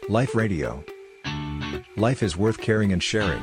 Life Radio. Life is worth caring and sharing.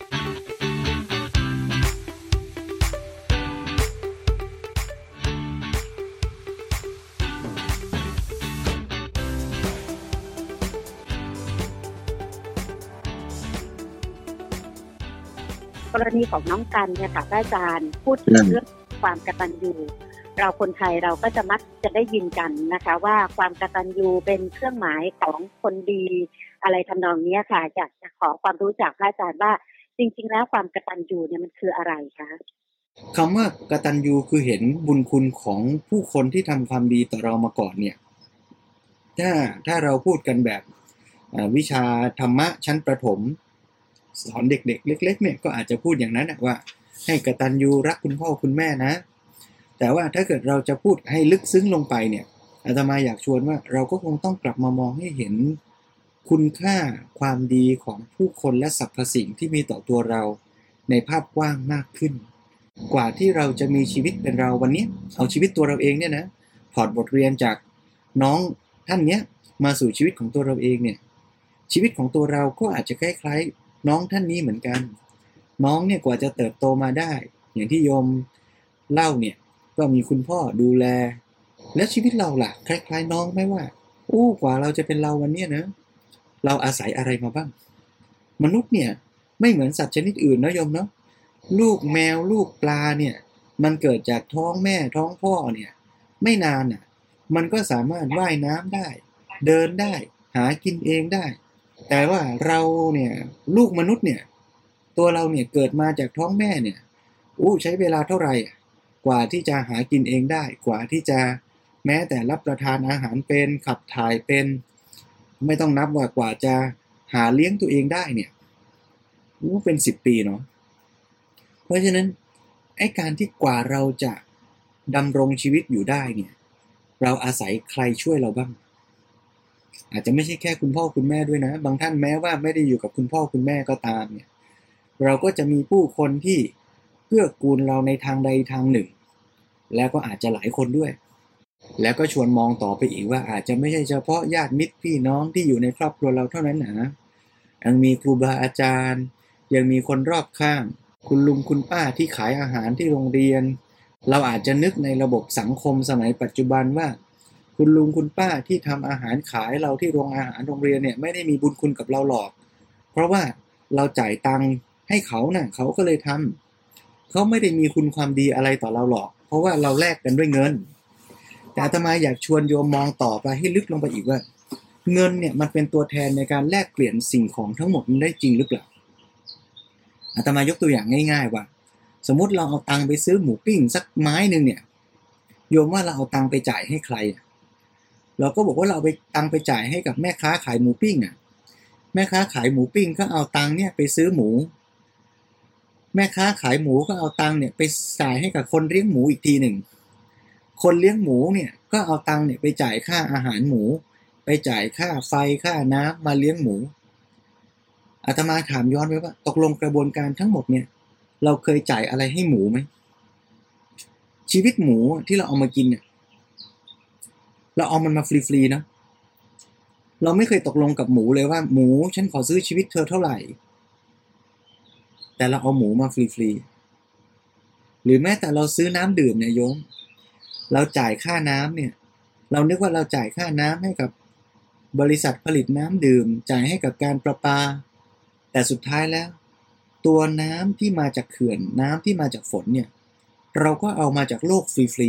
กรณีของน้องกันเนี่ยค่ะอาจารย์พูดถึงเรื่องความกตัญญูเราคนไทยเราก็จะมักจะได้ยินกันนะคะว่าความกตัญญูเป็นเครื่องหมายของคนดีอะไรทำนองนี้ค่ะอยากจะขอความรู้จากอาจารย์ว่าจริงๆแล้วความกตัญญูเนี่ยมันคืออะไรคะคำว่ากตัญญูคือเห็นบุญคุณของผู้คนที่ทำความดีต่อเรามาก่อนเนี่ยถ้าเราพูดกันแบบวิชาธรรมะชั้นประถมสอนเด็กๆเล็กๆเนี่ยก็อาจจะพูดอย่างนั้นว่าให้กตัญญูรักคุณพ่อคุณแม่นะแต่ว่าถ้าเกิดเราจะพูดให้ลึกซึ้งลงไปเนี่ยอาตมาอยากชวนว่าเราก็คงต้องกลับมามองให้เห็นคุณค่าความดีของผู้คนและสรรพสิ่งที่มีต่อตัวเราในภาพกว้างมากขึ้นกว่าที่เราจะมีชีวิตเป็นเราวันนี้เอาชีวิตตัวเราเองเนี่ยนะถอดบทเรียนจากน้องท่านเนี้ยมาสู่ชีวิตของตัวเราเองเนี่ยชีวิตของตัวเราก็อาจจะคล้ายๆน้องท่านนี้เหมือนกันน้องเนี่ยกว่าจะเติบโตมาได้อย่างที่โยมเล่าเนี่ยก็มีคุณพ่อดูแลแล้วชีวิตเราล่ะคล้ายๆน้องไหมว่ากว่าเราจะเป็นเราวันนี้นะเราอาศัยอะไรมาบ้างมนุษย์เนี่ยไม่เหมือนสัตว์ชนิดอื่นนะโยมเนาะลูกแมวลูกปลาเนี่ยมันเกิดจากท้องแม่ท้องพ่อเนี่ยไม่นานน่ะมันก็สามารถว่ายน้ำได้เดินได้หากินเองได้แต่ว่าเราเนี่ยลูกมนุษย์เนี่ยตัวเราเนี่ยเกิดมาจากท้องแม่เนี่ยใช้เวลาเท่าไหร่กว่าที่จะหากินเองได้กว่าที่จะแม้แต่รับประทานอาหารเป็นขับถ่ายเป็นไม่ต้องนับว่ากว่าจะหาเลี้ยงตัวเองได้เนี่ยเป็น10 ปีเนาะเพราะฉะนั้นไอ้การที่กว่าเราจะดำรงชีวิตอยู่ได้เนี่ยเราอาศัยใครช่วยเราบ้างอาจจะไม่ใช่แค่คุณพ่อคุณแม่ด้วยนะบางท่านแม้ว่าไม่ได้อยู่กับคุณพ่อคุณแม่ก็ตามเนี่ยเราก็จะมีผู้คนที่เกื้อกูลเราในทางใดทางหนึ่งแล้วก็อาจจะหลายคนด้วยแล้วก็ชวนมองต่อไปอีกว่าอาจจะไม่ใช่เฉพาะญาติมิตรพี่น้องที่อยู่ในครอบครัวเราเท่านั้นนะยังมีครูบาอาจารย์ยังมีคนรอบข้างคุณลุงคุณป้าที่ขายอาหารที่โรงเรียนเราอาจจะนึกในระบบสังคมสมัยปัจจุบันว่าคุณลุงคุณป้าที่ทำอาหารขายเราที่โรงอาหารโรงเรียนเนี่ยไม่ได้มีบุญคุณกับเราหรอกเพราะว่าเราจ่ายตังค์ให้เขาน่ะเขาก็เลยทำเขาไม่ได้มีคุณความดีอะไรต่อเราหรอกเพราะว่าเราแลกกันด้วยเงินแต่อาตมาอยากชวนโยมมองต่อไปให้ลึกลงไปอีกว่าเงินเนี่ยมันเป็นตัวแทนในการแลกเปลี่ยนสิ่งของทั้งหมดมันได้จริงหรือเปล่าอาตมายกตัวอย่างง่ายๆว่าสมมุติเราเอาตังค์ไปซื้อหมูปิ้งสักไม้นึงเนี่ยโยมว่าเราเอาตังค์ไปจ่ายให้ใครเราก็บอกว่าเราเอาไปตังค์ไปจ่ายให้กับแม่ค้าขายหมูปิ้งแม่ค้าขายหมูปิ้งก็เอาตังค์เนี่ยไปซื้อหมูแม่ค้าขายหมูก็เอาตังค์เนี่ยไปจ่ายให้กับคนเลี้ยงหมูอีกทีหนึ่งคนเลี้ยงหมูเนี่ยก็เอาตังค์เนี่ยไปจ่ายค่าอาหารหมูไปจ่ายค่าไฟค่าน้ำมาเลี้ยงหมูอาตมาถามย้อนไปว่าตกลงกระบวนการทั้งหมดเนี่ยเราเคยจ่ายอะไรให้หมูไหมชีวิตหมูที่เราเอามากินเนี่ยเราเอามันมาฟรีๆนะเราไม่เคยตกลงกับหมูเลยว่าหมูฉันขอซื้อชีวิตเธอเท่าไหร่แต่เราเอาหมูมาฟรีๆหรือแม้แต่เราซื้อน้ำดื่มเนี่ยโยมเราจ่ายค่าน้ำเนี่ยเรานึกว่าเราจ่ายค่าน้ำให้กับบริษัทผลิตน้ำดื่มจ่ายให้กับการประปาแต่สุดท้ายแล้วตัวน้ำที่มาจากเขื่อนน้ำที่มาจากฝนเนี่ยเราก็เอามาจากโลกฟรี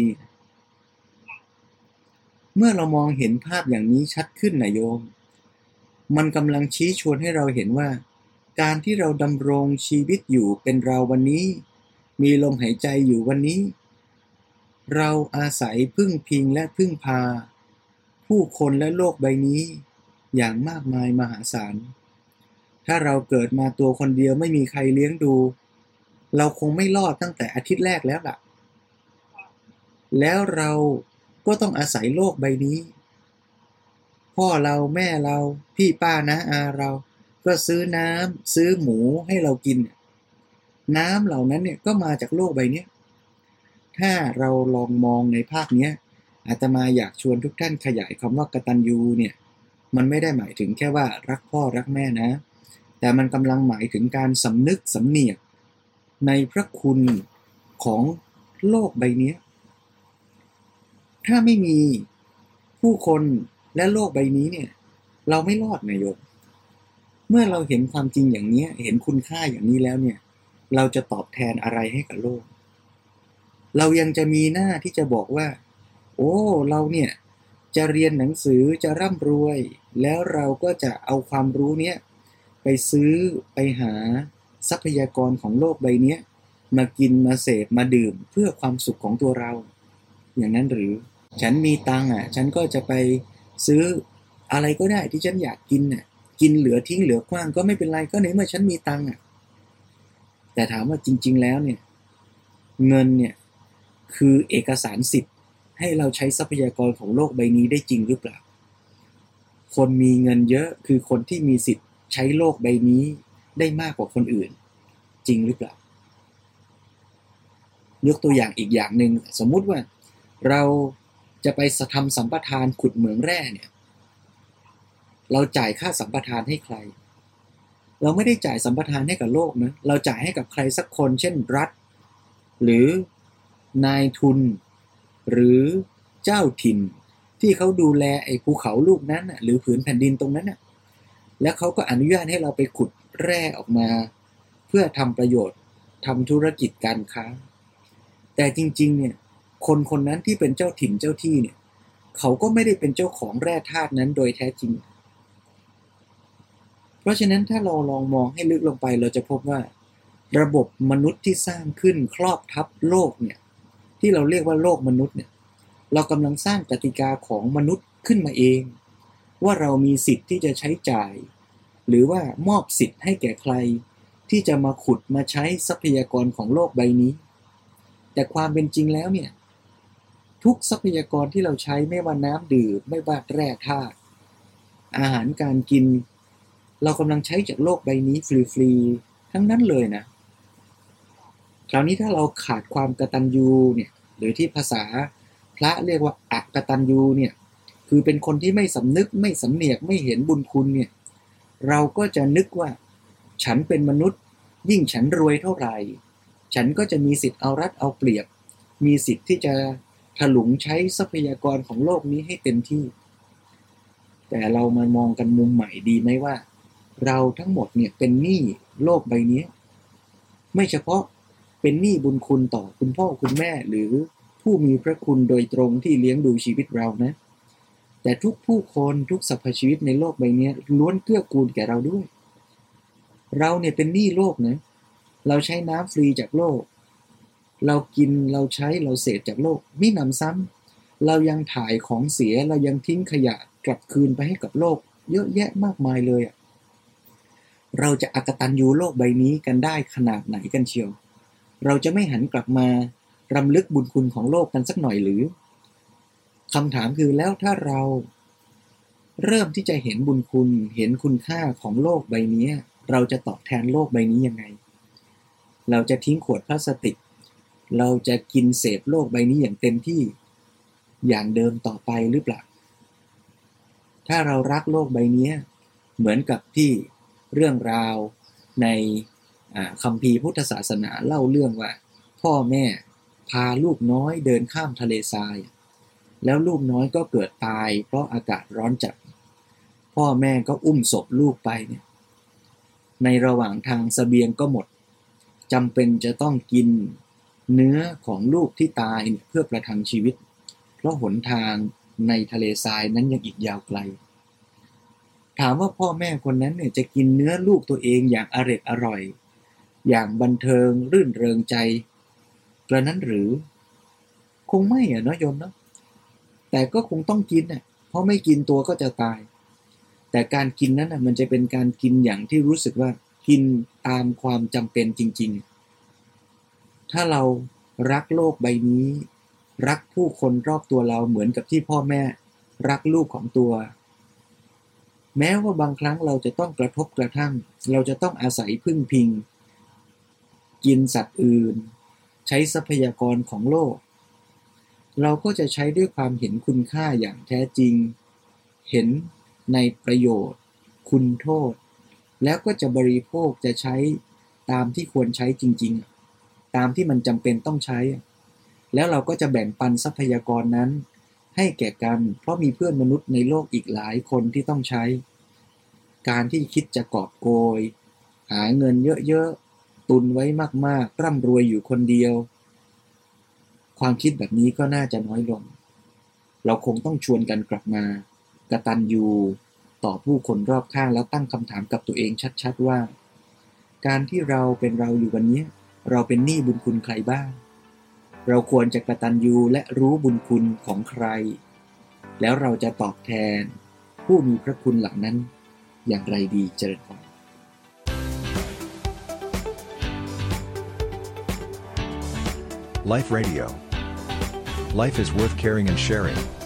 ๆเมื่อเรามองเห็นภาพอย่างนี้ชัดขึ้นนะโยมมันกำลังชี้ชวนให้เราเห็นว่าการที่เราดำรงชีวิตอยู่เป็นเราวันนี้มีลมหายใจอยู่วันนี้เราอาศัยพึ่งพิงและพึ่งพาผู้คนและโลกใบนี้อย่างมากมายมหาศาลถ้าเราเกิดมาตัวคนเดียวไม่มีใครเลี้ยงดูเราคงไม่รอดตั้งแต่อาทิตย์แรกแล้วล่ะแล้วเราก็ต้องอาศัยโลกใบนี้พ่อเราแม่เราพี่ป้าน้าอาเราก็ซื้อน้ำซื้อหมูให้เรากินน้ำเหล่านั้นเนี่ยก็มาจากโลกใบนี้ถ้าเราลองมองในภาพนี้อาตมาอยากชวนทุกท่านขยายคำว่ากตัญญูเนี่ยมันไม่ได้หมายถึงแค่ว่ารักพ่อรักแม่นะแต่มันกำลังหมายถึงการสำนึกสำเนียกในพระคุณของโลกใบนี้ถ้าไม่มีผู้คนและโลกใบนี้เนี่ยเราไม่รอดนายโยมเมื่อเราเห็นความจริงอย่างนี้เห็นคุณค่าอย่างนี้แล้วเนี่ยเราจะตอบแทนอะไรให้กับโลกเรายังจะมีหน้าที่จะบอกว่าโอ้เราเนี่ยจะเรียนหนังสือจะร่ำรวยแล้วเราก็จะเอาความรู้เนี้ยไปซื้อไปหาทรัพยากรของโลกใบนี้มากินมาเสพมาดื่มเพื่อความสุขของตัวเราอย่างนั้นหรือฉันมีตังค์ฉันก็จะไปซื้ออะไรก็ได้ที่ฉันอยากกินกินเหลือทิ้งเหลือขว้างก็ไม่เป็นไรก็ในเมื่อฉันมีตังค์แต่ถามว่าจริงๆแล้วเนี่ยเงินเนี่ยคือเอกสารสิทธิ์ให้เราใช้ทรัพยากรของโลกใบนี้ได้จริงหรือเปล่าคนมีเงินเยอะคือคนที่มีสิทธิ์ใช้โลกใบนี้ได้มากกว่าคนอื่นจริงหรือเปล่ายกตัวอย่างอีกอย่างหนึ่งสมมุติว่าเราจะไปทำสัมปทานขุดเหมืองแร่เนี่ยเราจ่ายค่าสัมปทานให้ใครเราไม่ได้จ่ายสัมปทานให้กับโลกนะเราจ่ายให้กับใครสักคนเช่นรัฐหรือนายทุนหรือเจ้าถิ่นที่เขาดูแลไอ้ภูเขาลูกนั้นหรือผืนแผ่นดินตรงนั้นแล้วเขาก็อนุญาตให้เราไปขุดแร่ออกมาเพื่อทำประโยชน์ทำธุรกิจการค้าแต่จริงๆเนี่ยคนคนนั้นที่เป็นเจ้าถิ่นเจ้าที่เนี่ยเขาก็ไม่ได้เป็นเจ้าของแร่ธาตุนั้นโดยแท้จริงเพราะฉะนั้นถ้าเราลองมองให้ลึกลงไปเราจะพบว่าระบบมนุษย์ที่สร้างขึ้นครอบทับโลกเนี่ยที่เราเรียกว่าโลกมนุษย์เนี่ยเรากำลังสร้างกติกาของมนุษย์ขึ้นมาเองว่าเรามีสิทธิ์ที่จะใช้จ่ายหรือว่ามอบสิทธิ์ให้แก่ใครที่จะมาขุดมาใช้ทรัพยากรของโลกใบนี้แต่ความเป็นจริงแล้วเนี่ยทุกทรัพยากรที่เราใช้ไม่ว่าน้ำดื่มไม่ว่าแร่ธาตุอาหารการกินเรากำลังใช้จากโลกใบนี้ฟรีๆทั้งนั้นเลยนะคราวนี้ถ้าเราขาดความกตัญญูเนี่ยหรือที่ภาษาพระเรียกว่าอกตัญญูเนี่ยคือเป็นคนที่ไม่สำนึกไม่สำเนียกไม่เห็นบุญคุณเนี่ยเราก็จะนึกว่าฉันเป็นมนุษย์ยิ่งฉันรวยเท่าไหร่ฉันก็จะมีสิทธิ์เอารัดเอาเปรียบมีสิทธิ์ที่จะถลุงใช้ทรัพยากรของโลกนี้ให้เต็มที่แต่เรามามองกันมุมใหม่ดีไหมว่าเราทั้งหมดเนี่ยเป็นหนี้โลกใบนี้ไม่เฉพาะเป็นหนี้บุญคุณต่อคุณพ่อคุณแม่หรือผู้มีพระคุณโดยตรงที่เลี้ยงดูชีวิตเรานะแต่ทุกผู้คนทุกสรรพชีวิตในโลกใบนี้ล้วนเกื้อกูลแก่เราด้วยเราเนี่ยเป็นหนี้โลกนะเราใช้น้ำฟรีจากโลกเรากินเราใช้เราเสพจากโลกมิหนำซ้ำเรายังถ่ายของเสียเรายังทิ้งขยะกลับคืนไปให้กับโลกเยอะแยะมากมายเลยเราจะอกตัญญูโลกใบนี้กันได้ขนาดไหนกันเชียวเราจะไม่หันกลับมารำลึกบุญคุณของโลกกันสักหน่อยหรือคำถามคือแล้วถ้าเราเริ่มที่จะเห็นบุญคุณเห็นคุณค่าของโลกใบนี้เราจะตอบแทนโลกใบนี้ยังไงเราจะทิ้งขวดพลาสติกเราจะกินเสพโลกใบนี้อย่างเต็มที่อย่างเดิมต่อไปหรือเปล่าถ้าเรารักโลกใบนี้เหมือนกับที่เรื่องราวในคัมภีร์พุทธศาสนาเล่าเรื่องว่าพ่อแม่พาลูกน้อยเดินข้ามทะเลทรายแล้วลูกน้อยก็เกิดตายเพราะอากาศร้อนจัดพ่อแม่ก็อุ้มศพลูกไปเนี่ยในระหว่างทางเสบียงก็หมดจำเป็นจะต้องกินเนื้อของลูกที่ตายเพื่อประทังชีวิตเพราะหนทางในทะเลทรายนั้นยังอีกยาวไกลถามว่าพ่อแม่คนนั้นเนี่ยจะกินเนื้อลูกตัวเองอย่างอร่อยอย่างบันเทิงรื่นเริงใจกระนั้นหรือคงไม่เนาะโยมเนาะแต่ก็คงต้องกินเพราะไม่กินตัวก็จะตายแต่การกินนั้นมันจะเป็นการกินอย่างที่รู้สึกว่ากินตามความจำเป็นจริงๆถ้าเรารักโลกใบนี้รักผู้คนรอบตัวเราเหมือนกับที่พ่อแม่รักลูกของตัวแม้ว่าบางครั้งเราจะต้องกระทบกระทั่งเราจะต้องอาศัยพึ่งพิงกินสัตว์อื่นใช้ทรัพยากรของโลกเราก็จะใช้ด้วยความเห็นคุณค่าอย่างแท้จริงเห็นในประโยชน์คุณโทษแล้วก็จะบริโภคจะใช้ตามที่ควรใช้จริงๆตามที่มันจำเป็นต้องใช้แล้วเราก็จะแบ่งปันทรัพยากรนั้นให้แก่กันเพราะมีเพื่อนมนุษย์ในโลกอีกหลายคนที่ต้องใช้การที่คิดจะกอบโกยหาเงินเยอะๆตุนไว้มากๆร่ำรวยอยู่คนเดียวความคิดแบบนี้ก็น่าจะน้อยลงเราคงต้องชวนกันกลับมากตัญญูต่อผู้คนรอบข้างแล้วตั้งคำถามกับตัวเองชัดๆว่าการที่เราเป็นเราอยู่วันนี้เราเป็นหนี้บุญคุณใครบ้างเราควรจะกตัญญูและรู้บุญคุณของใครแล้วเราจะตอบแทนผู้มีพระคุณเหล่านั้นอย่างไรดีเจริญพร Life Radio. Life is worth caring and sharing.